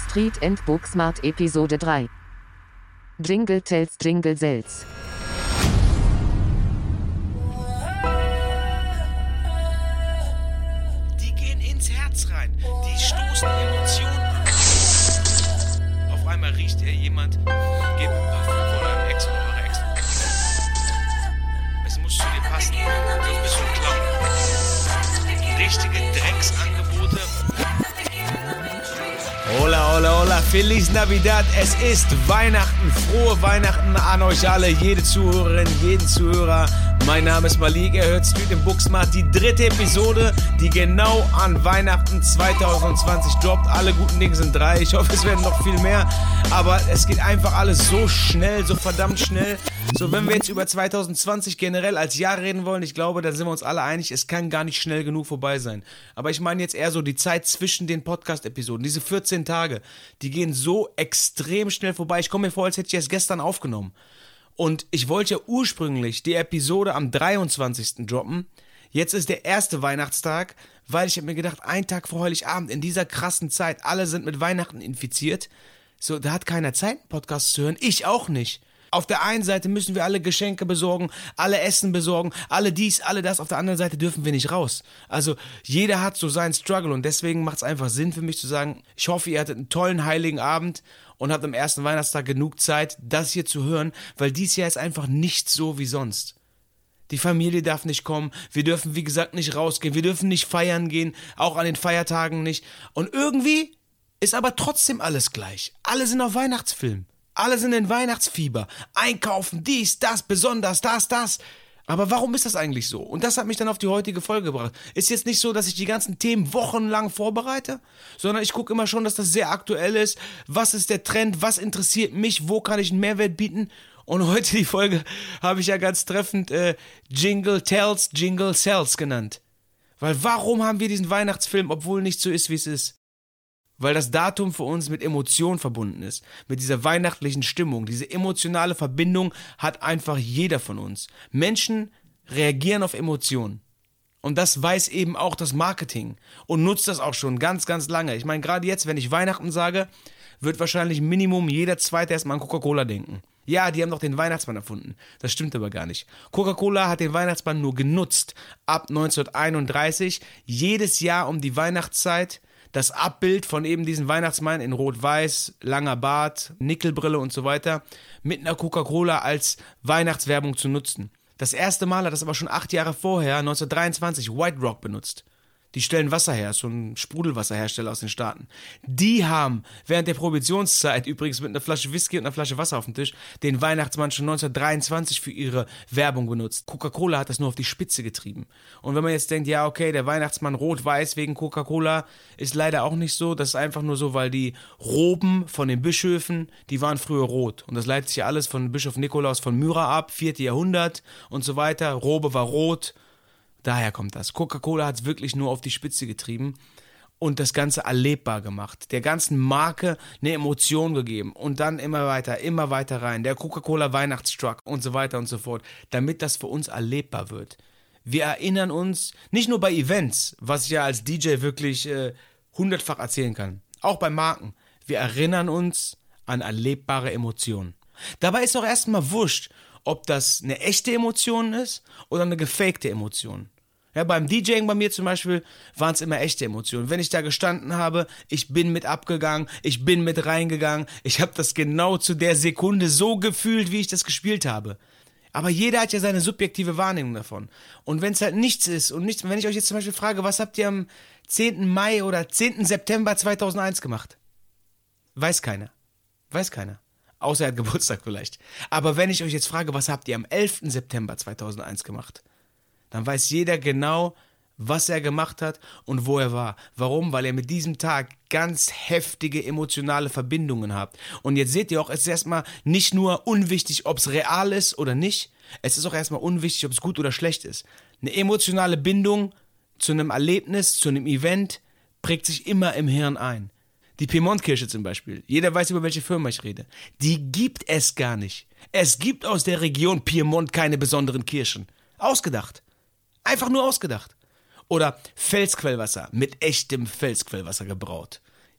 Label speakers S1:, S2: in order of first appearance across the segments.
S1: Street and Booksmart Episode 3. Jingle Tells Jingle Sells.
S2: Die gehen ins Herz rein. Die stoßen Emotionen an. Auf einmal riecht jemand, gebt ein Parfüm von eurem Ex oder eurer Ex. Es muss zu dir passen, sonst bist du ein Clown. Richtige Drecksangebote. Hola, hola, hola, Feliz Navidad, es ist Weihnachten, frohe Weihnachten an euch alle, jede Zuhörerin, jeden Zuhörer. Mein Name ist Malik, ihr hört Street and Booksmart, die 3. Episode, die genau an Weihnachten 2020 droppt. Alle guten Dinge sind 3, ich hoffe es werden noch viel mehr, aber es geht einfach alles so schnell, so verdammt schnell. So, wenn wir jetzt über 2020 generell als Jahr reden wollen, ich glaube, da sind wir uns alle einig, es kann gar nicht schnell genug vorbei sein. Aber ich meine jetzt eher so die Zeit zwischen den Podcast-Episoden, diese 14 Tage, die gehen so extrem schnell vorbei. Ich komme mir vor, als hätte ich erst gestern aufgenommen. Und ich wollte ja ursprünglich die Episode am 23. droppen. Jetzt ist der erste Weihnachtstag, weil ich habe mir gedacht, ein Tag vor Heiligabend, in dieser krassen Zeit, alle sind mit Weihnachten infiziert. So, da hat keiner Zeit, einen Podcast zu hören. Ich auch nicht. Auf der einen Seite müssen wir alle Geschenke besorgen, alle Essen besorgen, alle dies, alle das. Auf der anderen Seite dürfen wir nicht raus. Also jeder hat so seinen Struggle und deswegen macht es einfach Sinn für mich zu sagen, ich hoffe, ihr hattet einen tollen Heiligen Abend und habt am ersten Weihnachtstag genug Zeit, das hier zu hören, weil dies Jahr ist einfach nicht so wie sonst. Die Familie darf nicht kommen, wir dürfen wie gesagt nicht rausgehen, wir dürfen nicht feiern gehen, auch an den Feiertagen nicht. Und irgendwie ist aber trotzdem alles gleich. Alle sind auf Weihnachtsfilm. Alle sind in Weihnachtsfieber. Einkaufen, dies, das, besonders, das. Aber warum ist das eigentlich so? Und das hat mich dann auf die heutige Folge gebracht. Ist jetzt nicht so, dass ich die ganzen Themen wochenlang vorbereite, sondern ich gucke immer schon, dass das sehr aktuell ist. Was ist der Trend? Was interessiert mich? Wo kann ich einen Mehrwert bieten? Und heute die Folge habe ich ja ganz treffend Jingle Tells, Jingle Sells genannt. Weil warum haben wir diesen Weihnachtsfilm, obwohl nicht so ist, wie es ist? Weil das Datum für uns mit Emotionen verbunden ist, mit dieser weihnachtlichen Stimmung. Diese emotionale Verbindung hat einfach jeder von uns. Menschen reagieren auf Emotionen. Und das weiß eben auch das Marketing und nutzt das auch schon ganz, ganz lange. Ich meine, gerade jetzt, wenn ich Weihnachten sage, wird wahrscheinlich Minimum jeder Zweite erstmal an Coca-Cola denken. Ja, die haben doch den Weihnachtsmann erfunden. Das stimmt aber gar nicht. Coca-Cola hat den Weihnachtsmann nur genutzt ab 1931, jedes Jahr um die Weihnachtszeit. Das Abbild von eben diesem Weihnachtsmann in Rot-Weiß, langer Bart, Nickelbrille und so weiter mit einer Coca-Cola als Weihnachtswerbung zu nutzen. Das erste Mal hat das aber schon 8 Jahre vorher, 1923, White Rock benutzt. Die stellen Wasser her, so ein Sprudelwasserhersteller aus den Staaten. Die haben während der Prohibitionszeit, übrigens mit einer Flasche Whisky und einer Flasche Wasser auf dem Tisch, den Weihnachtsmann schon 1923 für ihre Werbung benutzt. Coca-Cola hat das nur auf die Spitze getrieben. Und wenn man jetzt denkt, ja okay, der Weihnachtsmann rot-weiß wegen Coca-Cola, ist leider auch nicht so. Das ist einfach nur so, weil die Roben von den Bischöfen, die waren früher rot. Und das leitet sich ja alles von Bischof Nikolaus von Myra ab, 4. Jahrhundert und so weiter. Robe war rot. Daher kommt das. Coca-Cola hat es wirklich nur auf die Spitze getrieben und das Ganze erlebbar gemacht. Der ganzen Marke eine Emotion gegeben und dann immer weiter rein. Der Coca-Cola Weihnachtstruck und so weiter und so fort, damit das für uns erlebbar wird. Wir erinnern uns, nicht nur bei Events, was ich ja als DJ wirklich 100-fach erzählen kann, auch bei Marken. Wir erinnern uns an erlebbare Emotionen. Dabei ist doch erstmal wurscht, ob das eine echte Emotion ist oder eine gefakte Emotion. Ja, beim DJing bei mir zum Beispiel waren es immer echte Emotionen. Wenn ich da gestanden habe, ich bin mit abgegangen, ich bin mit reingegangen, ich habe das genau zu der Sekunde so gefühlt, wie ich das gespielt habe. Aber jeder hat ja seine subjektive Wahrnehmung davon. Und wenn es halt nichts ist und nichts, wenn ich euch jetzt zum Beispiel frage, was habt ihr am 10. Mai oder 10. September 2001 gemacht? Weiß keiner. Außer er hat Geburtstag vielleicht. Aber wenn ich euch jetzt frage, was habt ihr am 11. September 2001 gemacht? Dann weiß jeder genau, was er gemacht hat und wo er war. Warum? Weil er mit diesem Tag ganz heftige emotionale Verbindungen hat. Und jetzt seht ihr auch, es ist erstmal nicht nur unwichtig, ob es real ist oder nicht. Es ist auch erstmal unwichtig, ob es gut oder schlecht ist. Eine emotionale Bindung zu einem Erlebnis, zu einem Event prägt sich immer im Hirn ein. Die Piemont-Kirsche zum Beispiel. Jeder weiß, über welche Firma ich rede. Die gibt es gar nicht. Es gibt aus der Region Piemont keine besonderen Kirschen. Ausgedacht. Einfach nur ausgedacht. Oder Felsquellwasser, mit echtem Felsquellwasser gebraut.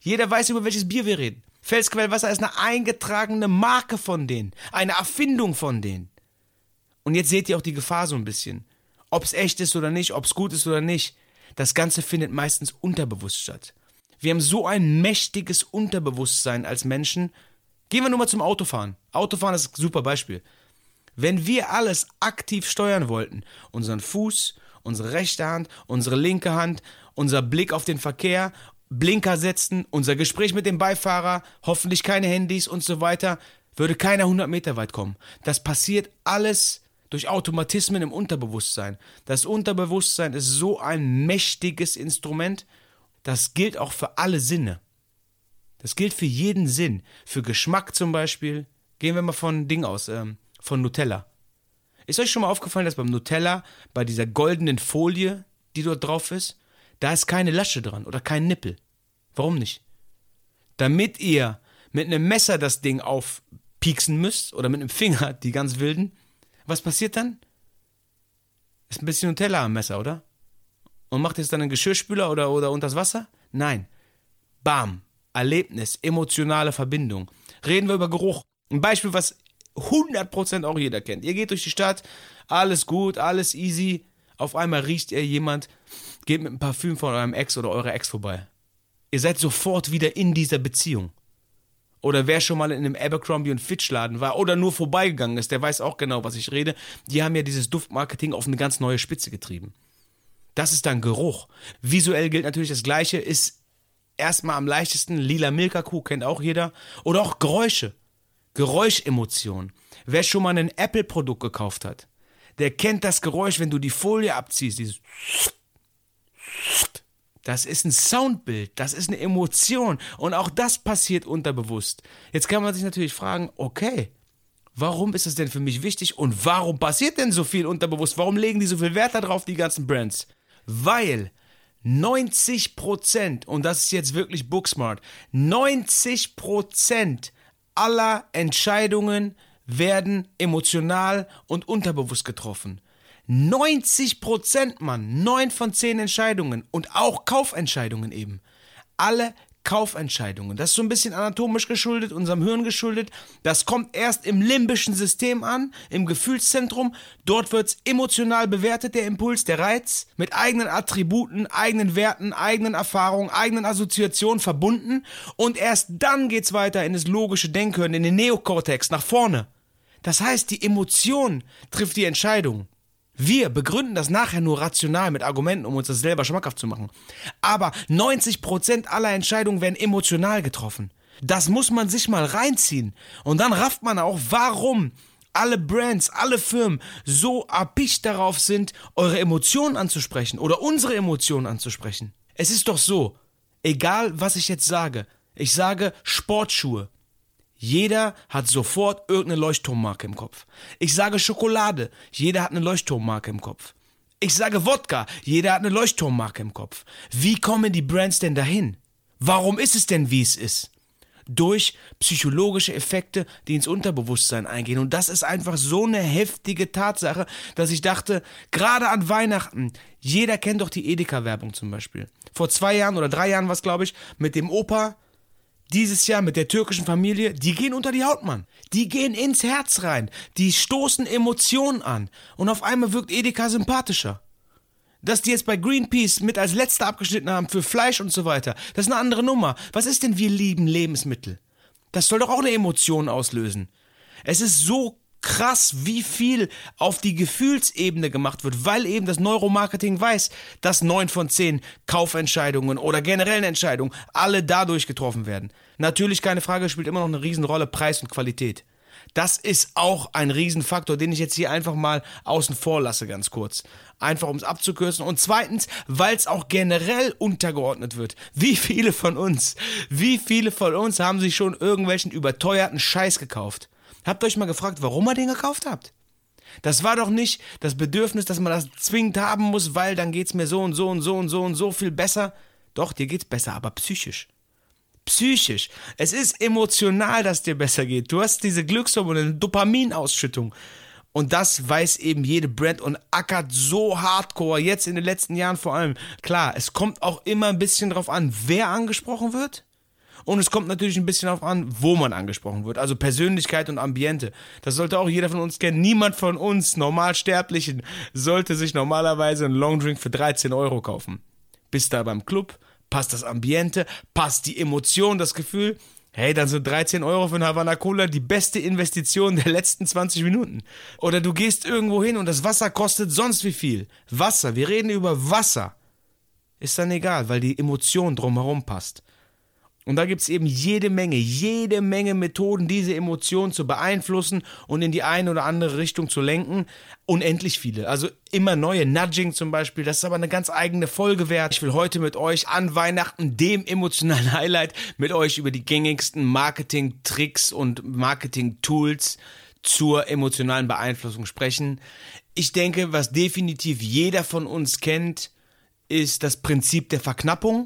S2: Jeder weiß, über welches Bier wir reden. Pfälzquellwasser ist eine eingetragene Marke von denen. Eine Erfindung von denen. Und jetzt seht ihr auch die Gefahr so ein bisschen. Ob es echt ist oder nicht, ob es gut ist oder nicht. Das Ganze findet meistens unterbewusst statt. Wir haben so ein mächtiges Unterbewusstsein als Menschen. Gehen wir nur mal zum Autofahren. Autofahren ist ein super Beispiel. Wenn wir alles aktiv steuern wollten, unseren Fuß, unsere rechte Hand, unsere linke Hand, unser Blick auf den Verkehr, Blinker setzen, unser Gespräch mit dem Beifahrer, hoffentlich keine Handys und so weiter, würde keiner 100 Meter weit kommen. Das passiert alles durch Automatismen im Unterbewusstsein. Das Unterbewusstsein ist so ein mächtiges Instrument, das gilt auch für alle Sinne. Das gilt für jeden Sinn. Für Geschmack zum Beispiel. Gehen wir mal von Ding aus, von Nutella. Ist euch schon mal aufgefallen, dass beim Nutella, bei dieser goldenen Folie, die dort drauf ist, da ist keine Lasche dran oder kein Nippel. Warum nicht? Damit ihr mit einem Messer das Ding aufpieksen müsst oder mit einem Finger, die ganz wilden, was passiert dann? Ist ein bisschen Nutella am Messer, oder? Und macht ihr es dann in den Geschirrspüler oder unters Wasser? Nein. Bam. Erlebnis, emotionale Verbindung. Reden wir über Geruch. Ein Beispiel, was 100% auch jeder kennt. Ihr geht durch die Stadt, alles gut, alles easy. Auf einmal riecht ihr jemand, geht mit einem Parfüm von eurem Ex oder eurer Ex vorbei. Ihr seid sofort wieder in dieser Beziehung. Oder wer schon mal in einem Abercrombie & Fitch Laden war oder nur vorbeigegangen ist, der weiß auch genau, was ich rede. Die haben ja dieses Duftmarketing auf eine ganz neue Spitze getrieben. Das ist dann Geruch. Visuell gilt natürlich das Gleiche, ist erstmal am leichtesten lila Milka-Kuh, kennt auch jeder. Oder auch Geräusche. Geräuschemotionen. Wer schon mal ein Apple-Produkt gekauft hat, der kennt das Geräusch, wenn du die Folie abziehst. Dieses das ist ein Soundbild, das ist eine Emotion. Und auch das passiert unterbewusst. Jetzt kann man sich natürlich fragen, okay, warum ist es denn für mich wichtig und warum passiert denn so viel unterbewusst? Warum legen die so viel Wert darauf, die ganzen Brands? Weil 90%, und das ist jetzt wirklich Booksmart, 90% aller Entscheidungen werden emotional und unterbewusst getroffen. 90%, Mann, 9 von 10 Entscheidungen und auch Kaufentscheidungen eben. Alle Kaufentscheidungen. Das ist so ein bisschen anatomisch geschuldet, unserem Hirn geschuldet. Das kommt erst im limbischen System an, im Gefühlszentrum. Dort wird es emotional bewertet, der Impuls, der Reiz, mit eigenen Attributen, eigenen Werten, eigenen Erfahrungen, eigenen Assoziationen verbunden. Und erst dann geht's weiter in das logische Denkhirn, in den Neokortex, nach vorne. Das heißt, die Emotion trifft die Entscheidung. Wir begründen das nachher nur rational mit Argumenten, um uns das selber schmackhaft zu machen. Aber 90% aller Entscheidungen werden emotional getroffen. Das muss man sich mal reinziehen. Und dann rafft man auch, warum alle Brands, alle Firmen so erpicht darauf sind, eure Emotionen anzusprechen oder unsere Emotionen anzusprechen. Es ist doch so, egal was ich jetzt sage, ich sage Sportschuhe. Jeder hat sofort irgendeine Leuchtturmmarke im Kopf. Ich sage Schokolade, jeder hat eine Leuchtturmmarke im Kopf. Ich sage Wodka, jeder hat eine Leuchtturmmarke im Kopf. Wie kommen die Brands denn dahin? Warum ist es denn, wie es ist? Durch psychologische Effekte, die ins Unterbewusstsein eingehen. Und das ist einfach so eine heftige Tatsache, dass ich dachte, gerade an Weihnachten, jeder kennt doch die Edeka-Werbung zum Beispiel. Vor 2 Jahren oder 3 Jahren war es, glaube ich, mit dem Opa. Dieses Jahr mit der türkischen Familie, die gehen unter die Haut, Mann. Die gehen ins Herz rein. Die stoßen Emotionen an. Und auf einmal wirkt Edeka sympathischer. Dass die jetzt bei Greenpeace mit als letzter abgeschnitten haben für Fleisch und so weiter, das ist eine andere Nummer. Was ist denn wir lieben Lebensmittel? Das soll doch auch eine Emotion auslösen. Es ist so krass, wie viel auf die Gefühlsebene gemacht wird, weil eben das Neuromarketing weiß, dass 9 von 10 Kaufentscheidungen oder generellen Entscheidungen alle dadurch getroffen werden. Natürlich, keine Frage, spielt immer noch eine Riesenrolle Preis und Qualität. Das ist auch ein Riesenfaktor, den ich jetzt hier einfach mal außen vor lasse, ganz kurz. Einfach um es abzukürzen. Und zweitens, weil es auch generell untergeordnet wird. Wie viele von uns haben sich schon irgendwelchen überteuerten Scheiß gekauft? Habt ihr euch mal gefragt, warum ihr den gekauft habt? Das war doch nicht das Bedürfnis, dass man das zwingend haben muss, weil dann geht's mir so und so und so und so und so viel besser. Doch, dir geht's besser, aber psychisch. Psychisch. Es ist emotional, dass dir besser geht. Du hast diese Glückshormone, eine Dopaminausschüttung. Und das weiß eben jede Brand und ackert so hardcore, jetzt in den letzten Jahren vor allem. Klar, es kommt auch immer ein bisschen drauf an, wer angesprochen wird. Und es kommt natürlich ein bisschen darauf an, wo man angesprochen wird. Also Persönlichkeit und Ambiente. Das sollte auch jeder von uns kennen. Niemand von uns, Normalsterblichen, sollte sich normalerweise einen Longdrink für 13 Euro kaufen. Bist da beim Club, passt das Ambiente, passt die Emotion, das Gefühl. Hey, dann sind 13 Euro für eine Havana Cola die beste Investition der letzten 20 Minuten. Oder du gehst irgendwo hin und das Wasser kostet sonst wie viel. Wasser, wir reden über Wasser. Ist dann egal, weil die Emotion drumherum passt. Und da gibt es eben jede Menge Methoden, diese Emotionen zu beeinflussen und in die eine oder andere Richtung zu lenken. Unendlich viele. Also immer neue. Nudging zum Beispiel, das ist aber eine ganz eigene Folge wert. Ich will heute mit euch an Weihnachten, dem emotionalen Highlight, mit euch über die gängigsten Marketing-Tricks und Marketing-Tools zur emotionalen Beeinflussung sprechen. Ich denke, was definitiv jeder von uns kennt, ist das Prinzip der Verknappung.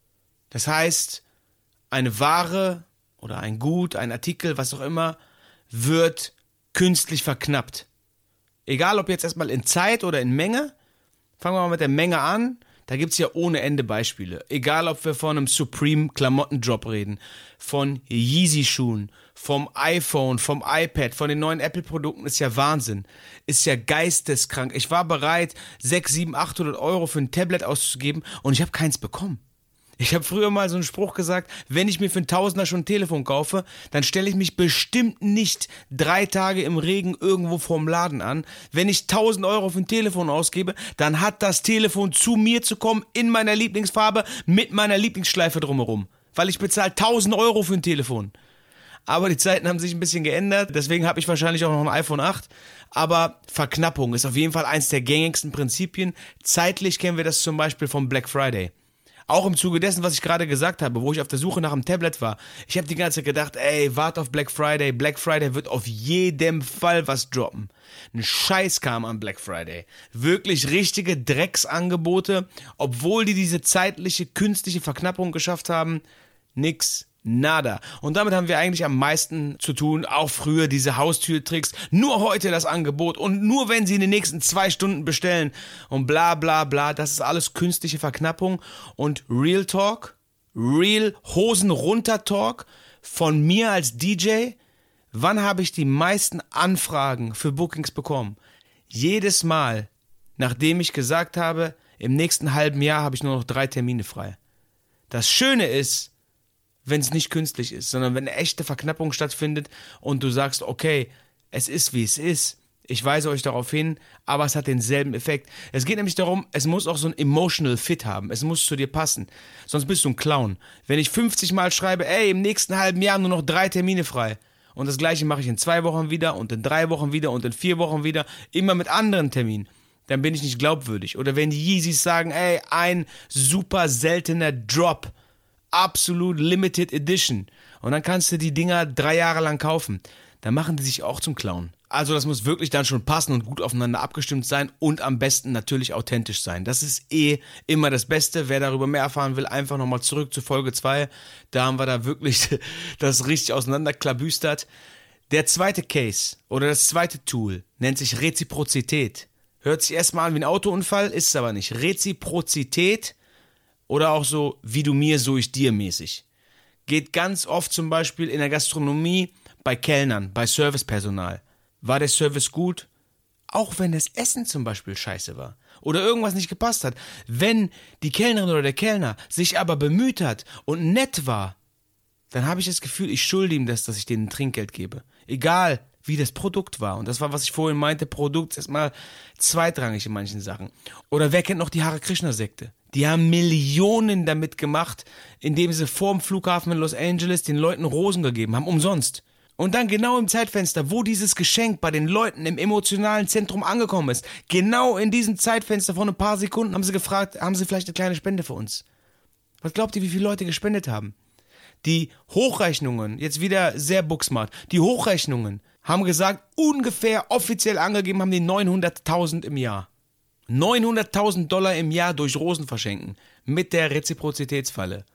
S2: Das heißt, eine Ware oder ein Gut, ein Artikel, was auch immer, wird künstlich verknappt. Egal ob jetzt erstmal in Zeit oder in Menge. Fangen wir mal mit der Menge an. Da gibt es ja ohne Ende Beispiele. Egal ob wir von einem Supreme-Klamottendrop reden, von Yeezy-Schuhen, vom iPhone, vom iPad, von den neuen Apple-Produkten, ist ja Wahnsinn. Ist ja geisteskrank. Ich war bereit, 600, 700, 800 Euro für ein Tablet auszugeben und ich habe keins bekommen. Ich habe früher mal so einen Spruch gesagt, wenn ich mir für einen Tausender schon ein Telefon kaufe, dann stelle ich mich bestimmt nicht 3 Tage im Regen irgendwo vorm Laden an. Wenn ich 1000 Euro für ein Telefon ausgebe, dann hat das Telefon zu mir zu kommen, in meiner Lieblingsfarbe, mit meiner Lieblingsschleife drumherum. Weil ich bezahle 1000 Euro für ein Telefon. Aber die Zeiten haben sich ein bisschen geändert, deswegen habe ich wahrscheinlich auch noch ein iPhone 8. Aber Verknappung ist auf jeden Fall eins der gängigsten Prinzipien. Zeitlich kennen wir das zum Beispiel vom Black Friday. Auch im Zuge dessen, was ich gerade gesagt habe, wo ich auf der Suche nach einem Tablet war. Ich habe die ganze Zeit gedacht, ey, warte auf Black Friday. Black Friday wird auf jeden Fall was droppen. Ein Scheiß kam am Black Friday. Wirklich richtige Drecksangebote, obwohl die diese zeitliche, künstliche Verknappung geschafft haben. Nix. Nada. Und damit haben wir eigentlich am meisten zu tun, auch früher diese Haustürtricks, nur heute das Angebot und nur wenn Sie in den nächsten 2 Stunden bestellen und bla bla bla, das ist alles künstliche Verknappung und Real Talk, Real Hosen runter Talk von mir als DJ, wann habe ich die meisten Anfragen für Bookings bekommen? Jedes Mal, nachdem ich gesagt habe, im nächsten halben Jahr habe ich nur noch 3 Termine frei. Das Schöne ist, wenn es nicht künstlich ist, sondern wenn eine echte Verknappung stattfindet und du sagst, okay, es ist wie es ist, ich weise euch darauf hin, aber es hat denselben Effekt. Es geht nämlich darum, es muss auch so ein emotional fit haben, es muss zu dir passen, sonst bist du ein Clown. Wenn ich 50 Mal schreibe, ey, im nächsten halben Jahr nur noch 3 Termine frei und das gleiche mache ich in 2 Wochen wieder und in 3 Wochen wieder und in 4 Wochen wieder, immer mit anderen Terminen, dann bin ich nicht glaubwürdig. Oder wenn die Yeezys sagen, ey, ein super seltener Drop, Absolute Limited Edition. Und dann kannst du die Dinger 3 Jahre lang kaufen. Dann machen die sich auch zum Clown. Also das muss wirklich dann schon passen und gut aufeinander abgestimmt sein und am besten natürlich authentisch sein. Das ist immer das Beste. Wer darüber mehr erfahren will, einfach nochmal zurück zu Folge 2. Da haben wir da wirklich das richtig auseinanderklabüstert. Der zweite Case oder das zweite Tool nennt sich Reziprozität. Hört sich erstmal an wie ein Autounfall, ist es aber nicht. Reziprozität oder auch so, wie du mir, so ich dir mäßig. Geht ganz oft zum Beispiel in der Gastronomie bei Kellnern, bei Servicepersonal. War der Service gut? Auch wenn das Essen zum Beispiel scheiße war oder irgendwas nicht gepasst hat. Wenn die Kellnerin oder der Kellner sich aber bemüht hat und nett war, dann habe ich das Gefühl, ich schulde ihm das, dass ich denen Trinkgeld gebe. Egal, wie das Produkt war. Und das war, was ich vorhin meinte, Produkt ist erstmal zweitrangig in manchen Sachen. Oder wer kennt noch die Hare Krishna-Sekte? Die haben Millionen damit gemacht, indem sie vorm Flughafen in Los Angeles den Leuten Rosen gegeben haben, umsonst. Und dann genau im Zeitfenster, wo dieses Geschenk bei den Leuten im emotionalen Zentrum angekommen ist, genau in diesem Zeitfenster von ein paar Sekunden haben sie gefragt, haben sie vielleicht eine kleine Spende für uns? Was glaubt ihr, wie viele Leute gespendet haben? Die Hochrechnungen, jetzt wieder sehr booksmart, die Hochrechnungen haben gesagt, ungefähr offiziell angegeben haben die 900.000 im Jahr. 900.000 $ im Jahr durch Rosen verschenken. Mit der Reziprozitätsfalle.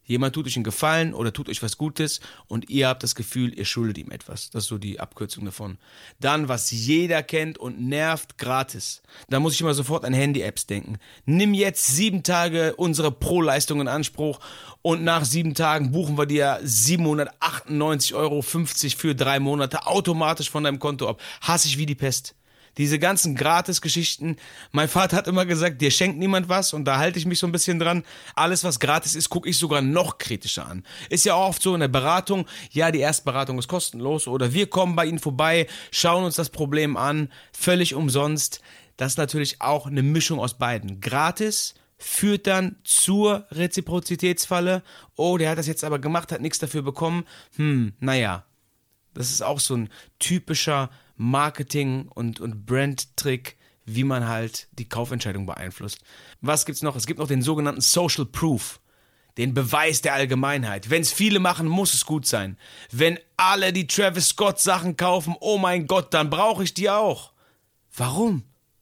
S2: Jemand tut euch einen Gefallen oder tut euch was Gutes und ihr habt das Gefühl, ihr schuldet ihm etwas. Das ist so die Abkürzung davon. Dann, was jeder kennt und nervt, gratis. Da muss ich immer sofort an Handy-Apps denken. Nimm jetzt 7 Tage unsere Pro-Leistung in Anspruch und nach 7 Tagen buchen wir dir 798,50 Euro für 3 Monate automatisch von deinem Konto ab. Hasse ich wie die Pest. Diese ganzen Gratis-Geschichten. Mein Vater hat immer gesagt, dir schenkt niemand was und da halte ich mich so ein bisschen dran. Alles, was gratis ist, gucke ich sogar noch kritischer an. Ist ja auch oft so in der Beratung, ja, die Erstberatung ist kostenlos oder wir kommen bei Ihnen vorbei, schauen uns das Problem an, völlig umsonst. Das ist natürlich auch eine Mischung aus beiden. Gratis führt dann zur Reziprozitätsfalle. Oh, der hat das jetzt aber gemacht, hat nichts dafür bekommen. Naja, das ist auch so ein typischer Marketing- und Brand-Trick, wie man halt die Kaufentscheidung beeinflusst. Was gibt's noch? Es gibt noch den sogenannten Social Proof, den Beweis der Allgemeinheit. Wenn es viele machen, muss es gut sein. Wenn alle die Travis Scott Sachen kaufen, oh mein Gott, dann brauche ich die auch. Warum?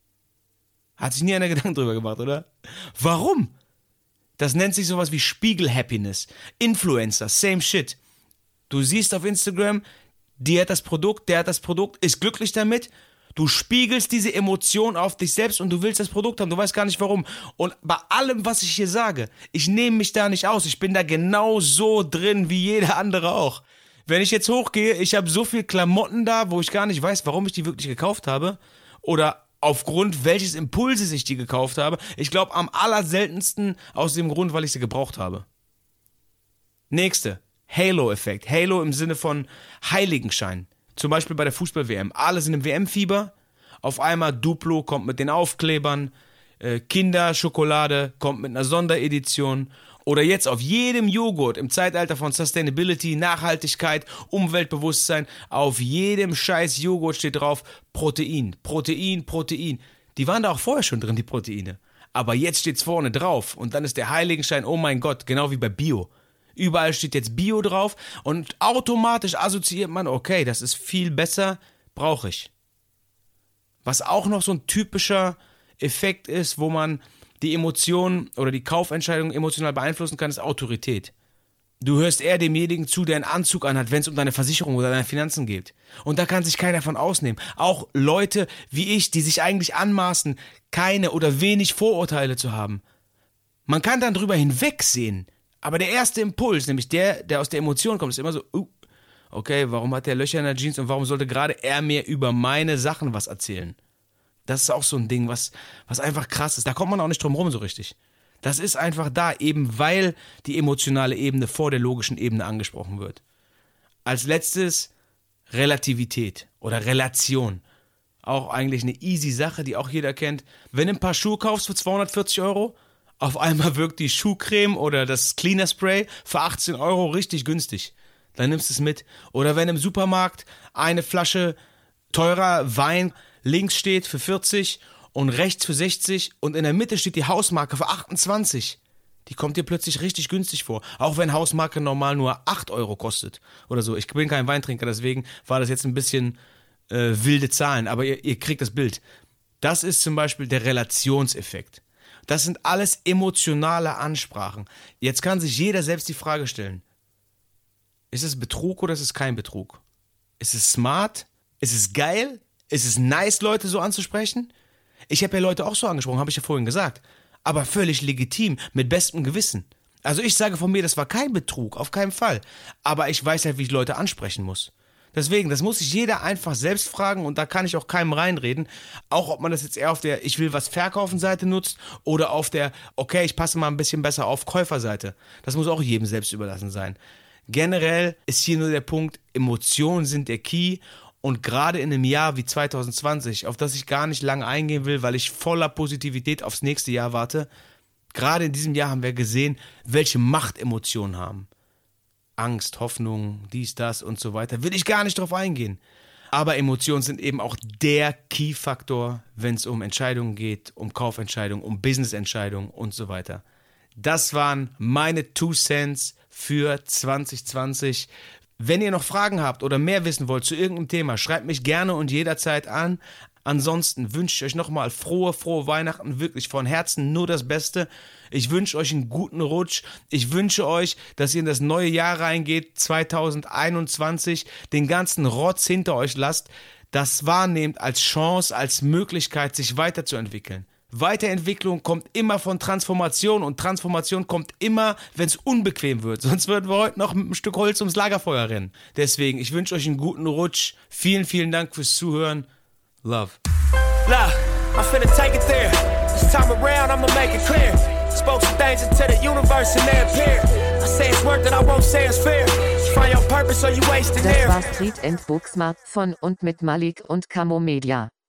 S2: Hat sich nie einer Gedanken drüber gemacht, oder? Warum? Das nennt sich sowas wie Spiegel-Happiness. Influencer, same shit. Du siehst auf Instagram, die hat das Produkt, der hat das Produkt, ist glücklich damit. Du spiegelst diese Emotion auf dich selbst und du willst das Produkt haben, du weißt gar nicht warum. Und bei allem, was ich hier sage, ich nehme mich da nicht aus. Ich bin da genauso drin wie jeder andere auch. Wenn ich jetzt hochgehe, ich habe so viel Klamotten da, wo ich gar nicht weiß, warum ich die wirklich gekauft habe. Oder aufgrund welches Impulses ich die gekauft habe. Ich glaube, am allerseltensten aus dem Grund, weil ich sie gebraucht habe. Nächste. Halo-Effekt. Halo im Sinne von Heiligenschein. Zum Beispiel bei der Fußball-WM. Alle sind im WM-Fieber. Auf einmal Duplo kommt mit den Aufklebern. Kinderschokolade kommt mit einer Sonderedition. Oder jetzt auf jedem Joghurt im Zeitalter von Sustainability, Nachhaltigkeit, Umweltbewusstsein. Auf jedem scheiß Joghurt steht drauf Protein, Protein, Protein. Die waren da auch vorher schon drin, die Proteine. Aber jetzt steht's vorne drauf. Und dann ist der Heiligenschein, oh mein Gott, genau wie bei Bio. Überall steht jetzt Bio drauf und automatisch assoziiert man, okay, das ist viel besser, brauche ich. Was auch noch so ein typischer Effekt ist, wo man die Emotionen oder die Kaufentscheidung emotional beeinflussen kann, ist Autorität. Du hörst eher demjenigen zu, der einen Anzug anhat, wenn es um deine Versicherung oder deine Finanzen geht. Und da kann sich keiner von ausnehmen. Auch Leute wie ich, die sich eigentlich anmaßen, keine oder wenig Vorurteile zu haben. Man kann dann drüber hinwegsehen. Aber der erste Impuls, nämlich der aus der Emotion kommt, ist immer so, okay, warum hat der Löcher in der Jeans und warum sollte gerade er mir über meine Sachen was erzählen? Das ist auch so ein Ding, was einfach krass ist. Da kommt man auch nicht drum rum so richtig. Das ist einfach da, eben weil die emotionale Ebene vor der logischen Ebene angesprochen wird. Als letztes Relativität oder Relation. Auch eigentlich eine easy Sache, die auch jeder kennt. Wenn du ein paar Schuhe kaufst für 240 Euro, auf einmal wirkt die Schuhcreme oder das Cleaner Spray für 18 Euro richtig günstig. Dann nimmst du es mit. Oder wenn im Supermarkt eine Flasche teurer Wein links steht für 40 und rechts für 60 und in der Mitte steht die Hausmarke für 28. Die kommt dir plötzlich richtig günstig vor. Auch wenn Hausmarke normal nur 8 Euro kostet oder so. Ich bin kein Weintrinker, deswegen war das jetzt ein bisschen wilde Zahlen. Aber ihr kriegt das Bild. Das ist zum Beispiel der Relationseffekt. Das sind alles emotionale Ansprachen. Jetzt kann sich jeder selbst die Frage stellen. Ist es Betrug oder ist es kein Betrug? Ist es smart? Ist es geil? Ist es nice, Leute so anzusprechen? Ich habe ja Leute auch so angesprochen, habe ich ja vorhin gesagt. Aber völlig legitim, mit bestem Gewissen. Also ich sage von mir, das war kein Betrug, auf keinen Fall. Aber ich weiß halt, wie ich Leute ansprechen muss. Deswegen, das muss sich jeder einfach selbst fragen und da kann ich auch keinem reinreden. Auch ob man das jetzt eher auf der Ich will was verkaufen Seite nutzt oder auf der Okay, ich passe mal ein bisschen besser auf Käuferseite. Das muss auch jedem selbst überlassen sein. Generell ist hier nur der Punkt, Emotionen sind der Key und gerade in einem Jahr wie 2020, auf das ich gar nicht lange eingehen will, weil ich voller Positivität aufs nächste Jahr warte, gerade in diesem Jahr haben wir gesehen, welche Macht Emotionen haben. Angst, Hoffnung, dies, das und so weiter. Will ich gar nicht drauf eingehen. Aber Emotionen sind eben auch der Key-Faktor, wenn es um Entscheidungen geht, um Kaufentscheidungen, um Business-Entscheidungen und so weiter. Das waren meine 2 Cents für 2020. Wenn ihr noch Fragen habt oder mehr wissen wollt zu irgendeinem Thema, schreibt mich gerne und jederzeit an. Ansonsten wünsche ich euch nochmal frohe Weihnachten, wirklich von Herzen nur das Beste. Ich wünsche euch einen guten Rutsch. Ich wünsche euch, dass ihr in das neue Jahr reingeht, 2021, den ganzen Rotz hinter euch lasst, das wahrnehmt als Chance, als Möglichkeit, sich weiterzuentwickeln. Weiterentwicklung kommt immer von Transformation und Transformation kommt immer, wenn es unbequem wird. Sonst würden wir heute noch mit einem Stück Holz ums Lagerfeuer rennen. Deswegen, ich wünsche euch einen guten Rutsch. Vielen, vielen Dank fürs Zuhören. Love.
S3: Look, I'm finna take it there. This time around, I'ma make it clear. Spoke some things into the universe and they appear. I say it's worth it, I won't say it's fair. You find your purpose or you wasting
S1: Das
S3: there.
S1: war Street & Booksmart von und mit Malik und Camo Media.